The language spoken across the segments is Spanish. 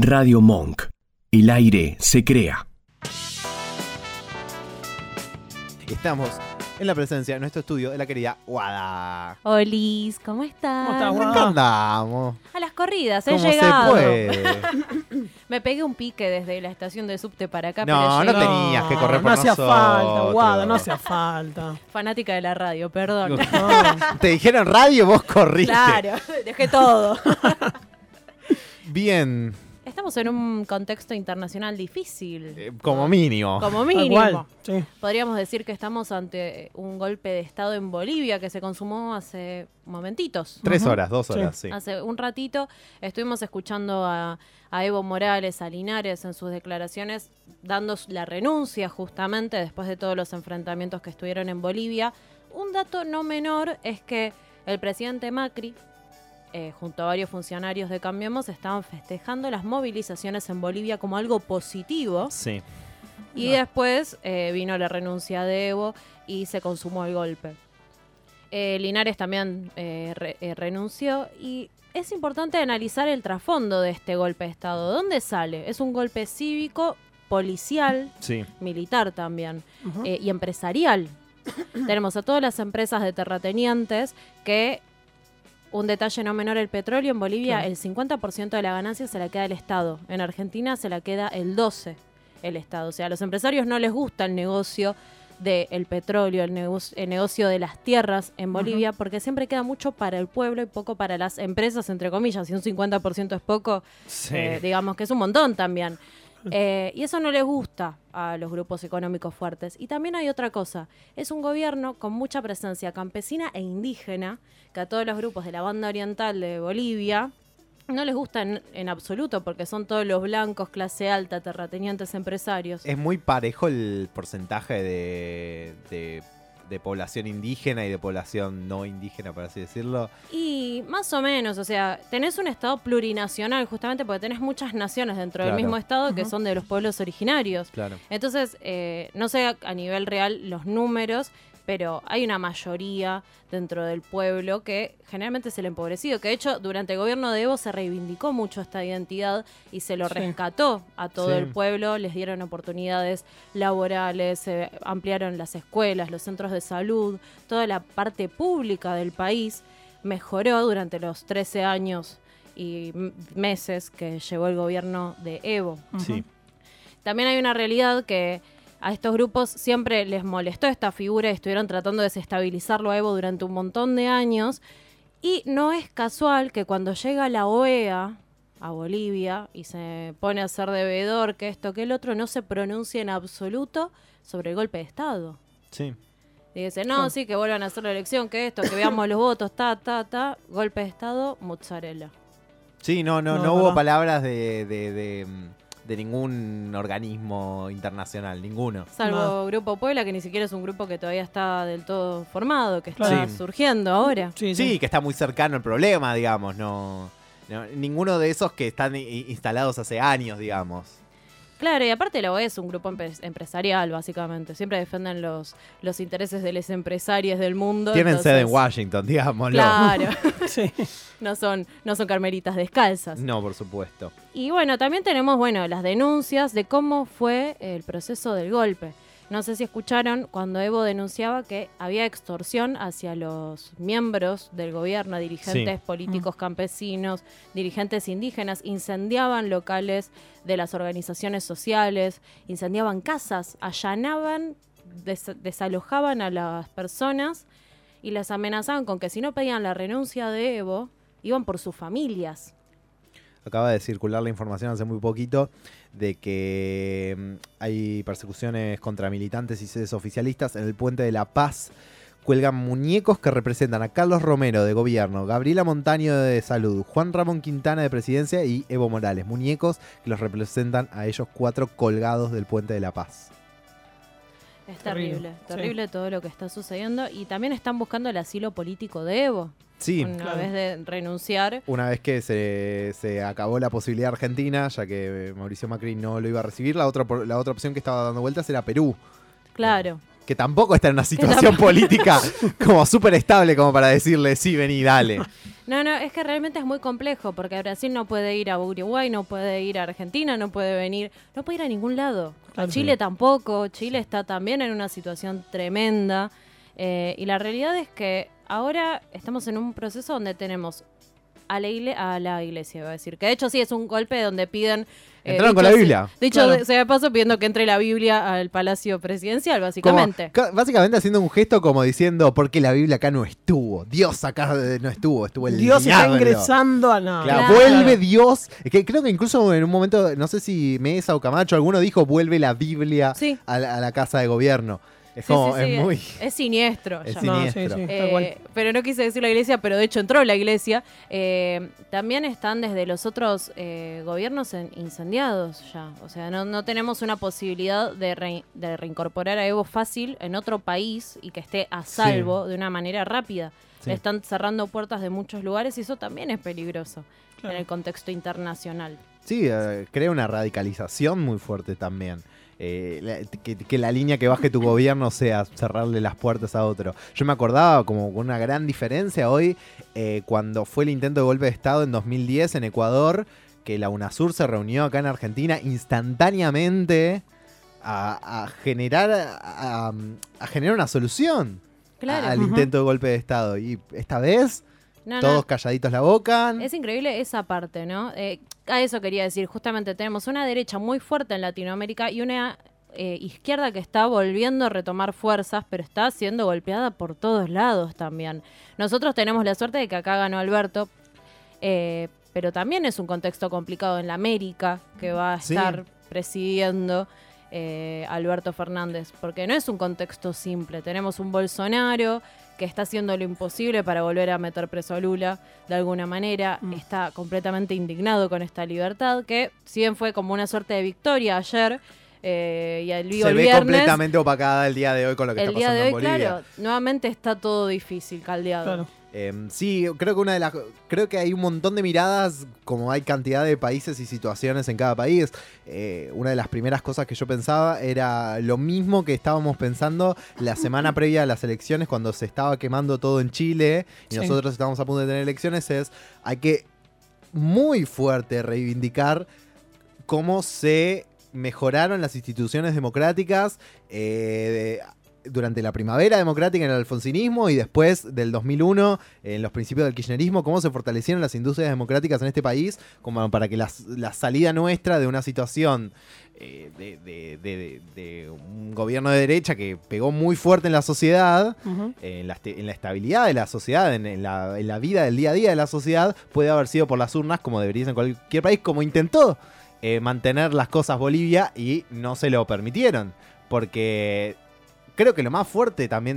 Radio Monk. El aire se crea. Estamos en la presencia de nuestro estudio de la querida Guada. Olis, ¿cómo estás? ¿Cómo estás, ¿Cómo andamos? A las corridas, he ¿Cómo llegado. se puede? Me pegué un pique desde la estación de subte para acá, No, pero no llegué. tenías que correr por No hacía nosotros. falta, Guada, no hacía falta. Fanática de la radio, perdón. No. Te dijeron radio, vos corriste. Claro, dejé todo. Bien, Estamos en un contexto internacional difícil. como mínimo. Como Tal mínimo. cual, sí. Podríamos decir que estamos ante un golpe de estado en Bolivia que se consumó hace momentitos. 3 horas, 2 horas, sí. Hace un ratito estuvimos escuchando a Evo Morales, a Linares en sus declaraciones, dando la renuncia justamente después de todos los enfrentamientos que estuvieron en Bolivia. Un dato no menor es que el presidente Macri, junto a varios funcionarios de Cambiemos, estaban festejando las movilizaciones en Bolivia como algo positivo. Sí. Y después vino la renuncia de Evo y se consumó el golpe. Linares también renunció y es importante analizar el trasfondo de este golpe de Estado. ¿Dónde sale? Es un golpe cívico, policial, Sí. militar también, Ujú. y empresarial. Tenemos a todas las empresas de terratenientes que, un detalle no menor, el petróleo en Bolivia, Sí. el 50% de la ganancia se la queda el Estado. En Argentina se la queda el 12% el Estado. O sea, a los empresarios no les gusta el negocio del petróleo, el negocio de las tierras en Bolivia, porque siempre queda mucho para el pueblo y poco para las empresas, entre comillas. Si un 50% es poco, Sí. digamos que es un montón también. Y eso no les gusta a los grupos económicos fuertes. Y también hay otra cosa, es un gobierno con mucha presencia campesina e indígena, que a todos los grupos de la banda oriental de Bolivia no les gusta en absoluto, porque son todos los blancos, clase alta, terratenientes, empresarios. Es muy parejo el porcentaje de población indígena y de población no indígena, por así decirlo. Y más o menos, o sea, tenés un estado plurinacional justamente porque tenés muchas naciones dentro Claro. del mismo estado que Ujú. son de los pueblos originarios. Claro. Entonces, no sé a nivel real los números, pero hay una mayoría dentro del pueblo que generalmente es el empobrecido, que de hecho durante el gobierno de Evo se reivindicó mucho esta identidad y se lo Sí. rescató a todo Sí. el pueblo, les dieron oportunidades laborales, se ampliaron las escuelas, los centros de salud, toda la parte pública del país mejoró durante los 13 años y meses que llevó el gobierno de Evo. Sí. También hay una realidad que a estos grupos siempre les molestó esta figura y estuvieron tratando de desestabilizarlo a Evo durante un montón de años. Y no es casual que cuando llega la OEA a Bolivia y se pone a ser devedor, que esto, que el otro, no se pronuncie en absoluto sobre el golpe de Estado. Sí. Y dice, no, sí, que vuelvan a hacer la elección, que esto, que veamos los votos, golpe de Estado, mozzarella. Sí, no No, hubo ¿verdad? palabras de ningún organismo internacional, ninguno. Salvo No. Grupo Puebla, que ni siquiera es un grupo que todavía está del todo formado, que está Claro. Sí. surgiendo ahora. Sí, que está muy cercano al problema, digamos, no ninguno de esos que están instalados hace años, digamos. Claro, y aparte la OEA es un grupo empresarial, básicamente. Siempre defienden los intereses de los empresarios del mundo. Tienen entonces, sede en Washington, digámoslo. Claro, Sí. no son carmelitas descalzas. No, por supuesto. Y bueno, también tenemos las denuncias de cómo fue el proceso del golpe. No sé si escucharon cuando Evo denunciaba que había extorsión hacia los miembros del gobierno, dirigentes Sí. políticos campesinos, dirigentes indígenas, incendiaban locales de las organizaciones sociales, incendiaban casas, allanaban, desalojaban a las personas y las amenazaban con que si no pedían la renuncia de Evo, iban por sus familias. Acaba de circular la información hace muy poquito de que hay persecuciones contra militantes y sedes oficialistas en el Puente de la Paz. Cuelgan muñecos que representan a Carlos Romero de Gobierno, Gabriela Montaño de Salud, Juan Ramón Quintana de Presidencia y Evo Morales. Muñecos que los representan a ellos 4 colgados del Puente de la Paz. Es Terrible, terrible todo lo que está sucediendo. Y también están buscando el asilo político de Evo. Sí, Una claro. vez de renunciar. una vez que se acabó la posibilidad argentina, ya que Mauricio Macri no lo iba a recibir, la otra opción que estaba dando vueltas era Perú. Claro. que tampoco está en una situación política como súper estable como para decirle, sí, vení, dale. No, es que realmente es muy complejo, porque Brasil no puede ir a Uruguay, no puede ir a Argentina, no puede ir a ningún lado. Claro. A Chile tampoco, Chile está también en una situación tremenda, y la realidad es que ahora estamos en un proceso donde tenemos a la iglesia, iba a decir, que de hecho sí es un golpe donde piden... Entraron con la Biblia. Dicho Claro. sea de paso, pidiendo que entre la Biblia al Palacio Presidencial, básicamente. Básicamente haciendo un gesto como diciendo, porque la Biblia acá no estuvo. Dios acá no estuvo el Dios está diablo. ingresando a nada. Claro, Claro. vuelve Dios. Que creo que incluso en un momento, no sé si Mesa o Camacho, alguno dijo, vuelve la Biblia Sí. a la casa de gobierno. Es Sí, como, sí, sí, es muy... es siniestro. Es ya. siniestro. No, sí, tal cual. Pero no quise decir la iglesia, pero de hecho entró la iglesia. También están desde los otros gobiernos incendiados ya. O sea, no tenemos una posibilidad de reincorporar a Evo fácil en otro país y que esté a salvo de una manera rápida. Sí. Le están cerrando puertas de muchos lugares y eso también es peligroso Claro. en el contexto internacional. Sí, crea una radicalización muy fuerte también. Que la línea que baje tu gobierno sea cerrarle las puertas a otro. Yo me acordaba como con una gran diferencia hoy cuando fue el intento de golpe de Estado en 2010 en Ecuador, que la UNASUR se reunió acá en Argentina instantáneamente a generar una solución Claro. al intento de golpe de Estado. Y esta vez No, todos calladitos la boca. Es increíble esa parte, ¿no? A eso quería decir, justamente tenemos una derecha muy fuerte en Latinoamérica y una izquierda que está volviendo a retomar fuerzas, pero está siendo golpeada por todos lados también. Nosotros tenemos la suerte de que acá ganó Alberto, pero también es un contexto complicado en la América que va a Sí. estar presidiendo Alberto Fernández, porque no es un contexto simple. Tenemos un Bolsonaro que está haciendo lo imposible para volver a meter preso a Lula de alguna manera, está completamente indignado con esta libertad, que si bien fue como una suerte de victoria ayer, y el Se ve viernes, completamente opacada el día de hoy con lo que el está día pasando de hoy, en Bolivia. claro, nuevamente está todo difícil, caldeado. Claro. Sí, creo que creo que hay un montón de miradas, como hay cantidad de países y situaciones en cada país. Una de las primeras cosas que yo pensaba era lo mismo que estábamos pensando la semana previa a las elecciones, cuando se estaba quemando todo en Chile y Sí. nosotros estábamos a punto de tener elecciones, hay que muy fuerte reivindicar cómo se mejoraron las instituciones democráticas durante la primavera democrática en el alfonsinismo y después del 2001 en los principios del kirchnerismo, cómo se fortalecieron las industrias democráticas en este país como para que la salida nuestra de una situación de un gobierno de derecha que pegó muy fuerte en la sociedad, Ujú. en la estabilidad de la sociedad, en la vida del día a día de la sociedad, puede haber sido por las urnas, como debería ser en cualquier país, como intentó mantener las cosas Bolivia y no se lo permitieron. Porque creo que lo más fuerte también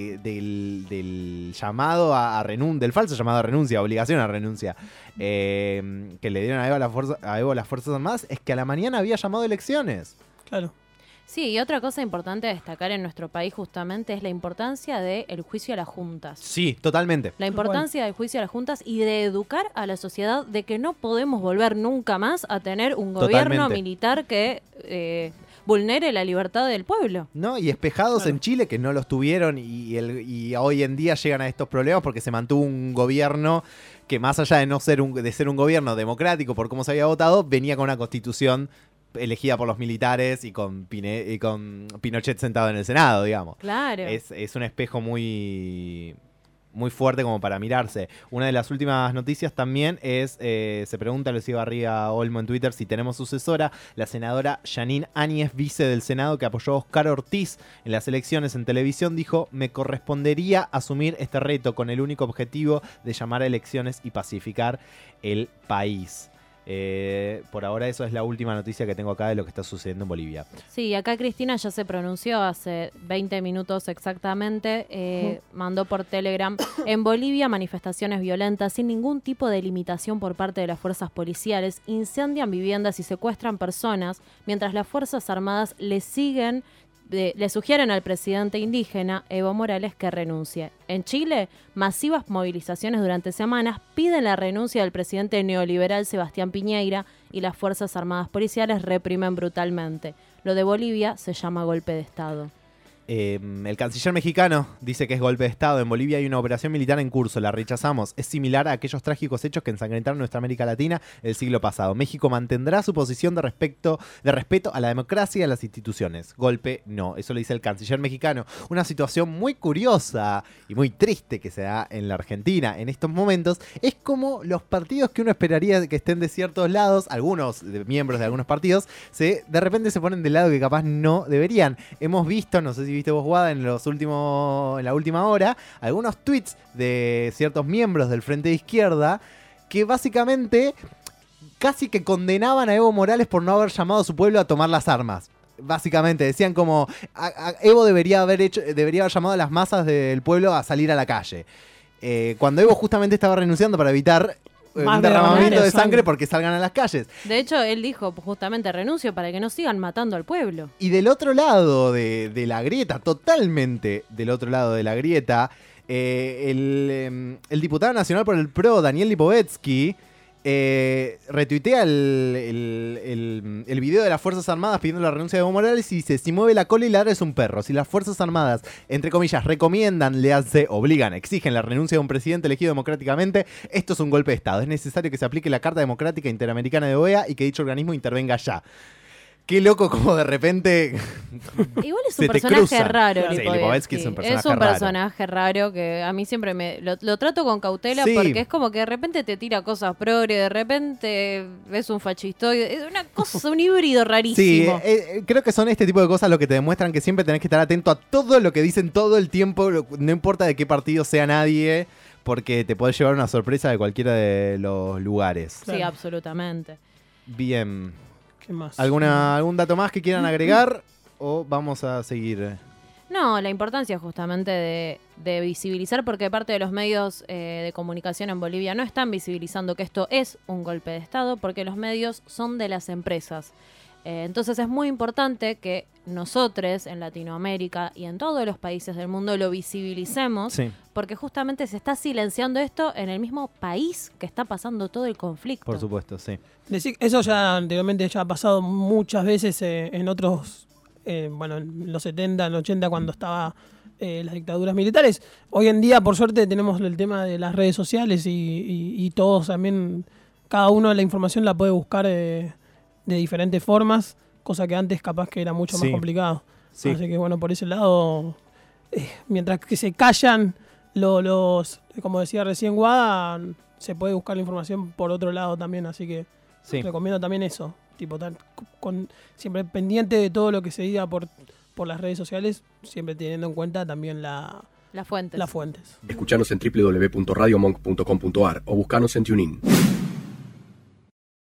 del llamado a renuncia, del falso llamado a renuncia, obligación a renuncia, que le dieron a Evo las Fuerzas Armadas, es que a la mañana había llamado elecciones. Claro. Sí, y otra cosa importante a destacar en nuestro país justamente es la importancia del juicio a las juntas. Sí, totalmente. La importancia del juicio a las juntas y de educar a la sociedad de que no podemos volver nunca más a tener un gobierno Totalmente. militar que vulnere la libertad del pueblo. ¿No? Y espejados Claro. en Chile que no los tuvieron y hoy en día llegan a estos problemas porque se mantuvo un gobierno que más allá de no ser de ser un gobierno democrático por cómo se había votado, venía con una constitución elegida por los militares y con Pinochet sentado en el Senado, digamos. Claro. Es un espejo muy, muy fuerte como para mirarse. Una de las últimas noticias también es, se pregunta Lucía Barriga Olmo en Twitter si tenemos sucesora, la senadora Janine Áñez, vice del Senado, que apoyó a Oscar Ortiz en las elecciones en televisión, dijo: me correspondería asumir este reto con el único objetivo de llamar a elecciones y pacificar el país. Por ahora eso es la última noticia que tengo acá de lo que está sucediendo en Bolivia. Sí, acá Cristina ya se pronunció hace 20 minutos exactamente, mandó por Telegram: en Bolivia manifestaciones violentas sin ningún tipo de limitación por parte de las fuerzas policiales incendian viviendas y secuestran personas, mientras las Fuerzas Armadas le sugieren al presidente indígena Evo Morales que renuncie. En Chile, masivas movilizaciones durante semanas piden la renuncia del presidente neoliberal Sebastián Piñera y las Fuerzas Armadas policiales reprimen brutalmente. Lo de Bolivia se llama golpe de Estado. El canciller mexicano dice que es golpe de Estado. En Bolivia hay una operación militar en curso, la rechazamos. Es similar a aquellos trágicos hechos que ensangrentaron nuestra América Latina el siglo pasado. México mantendrá su posición de respeto a la democracia y a las instituciones. Golpe no, eso lo dice el canciller mexicano. Una situación muy curiosa y muy triste que se da en la Argentina en estos momentos. Es como los partidos que uno esperaría que estén de ciertos lados, algunos miembros de algunos partidos, de repente se ponen del lado que capaz no deberían. Hemos visto, no sé si viste vos, Guada, en la última hora, algunos tweets de ciertos miembros del Frente de Izquierda que básicamente casi que condenaban a Evo Morales por no haber llamado a su pueblo a tomar las armas. Básicamente decían como Evo debería haber llamado a las masas del pueblo a salir a la calle. Cuando Evo justamente estaba renunciando para evitar un derramamiento de sangre porque salgan a las calles. De hecho, él dijo justamente renuncio para que no sigan matando al pueblo. Y del otro lado de la grieta, totalmente del otro lado de la grieta, el diputado nacional por el PRO, Daniel Lipovetsky, retuitea el video de las Fuerzas Armadas pidiendo la renuncia de Evo Morales y dice: si mueve la cola y ladra es un perro. Si las Fuerzas Armadas, entre comillas, recomiendan, obligan, exigen la renuncia de un presidente elegido democráticamente, esto es un golpe de Estado. Es necesario que se aplique la Carta Democrática Interamericana de OEA y que dicho organismo intervenga ya. Qué loco como de repente igual es un personaje raro, sí, Lipovetsky es un personaje raro que a mí siempre lo trato con cautela, sí, porque es como que de repente te tira cosas progre, de repente ves un fascistoide, es una cosa, un híbrido rarísimo. Sí, creo que son este tipo de cosas lo que te demuestran que siempre tenés que estar atento a todo lo que dicen todo el tiempo, no importa de qué partido sea nadie, porque te podés llevar una sorpresa de cualquiera de los lugares. Sí, absolutamente. Bien. ¿Qué más? ¿Algún dato más que quieran agregar o vamos a seguir? No, la importancia justamente de visibilizar, porque parte de los medios de comunicación en Bolivia no están visibilizando que esto es un golpe de Estado, porque los medios son de las empresas. Entonces es muy importante que nosotros en Latinoamérica y en todos los países del mundo lo visibilicemos, sí, porque justamente se está silenciando esto en el mismo país que está pasando todo el conflicto. Por supuesto, sí. Eso ya anteriormente ya ha pasado muchas veces en otros, en los 70, en los 80 cuando estaba las dictaduras militares. Hoy en día, por suerte, tenemos el tema de las redes sociales y todos también, cada uno la información la puede buscar de diferentes formas, cosa que antes capaz que era mucho más complicado. Sí. Así que bueno, por ese lado, mientras que se callan los como decía recién Guada, se puede buscar la información por otro lado también, así que recomiendo también eso, tipo siempre pendiente de todo lo que se diga por las redes sociales, siempre teniendo en cuenta también las fuentes. Escuchanos en www.radiomonk.com.ar o buscanos en TuneIn.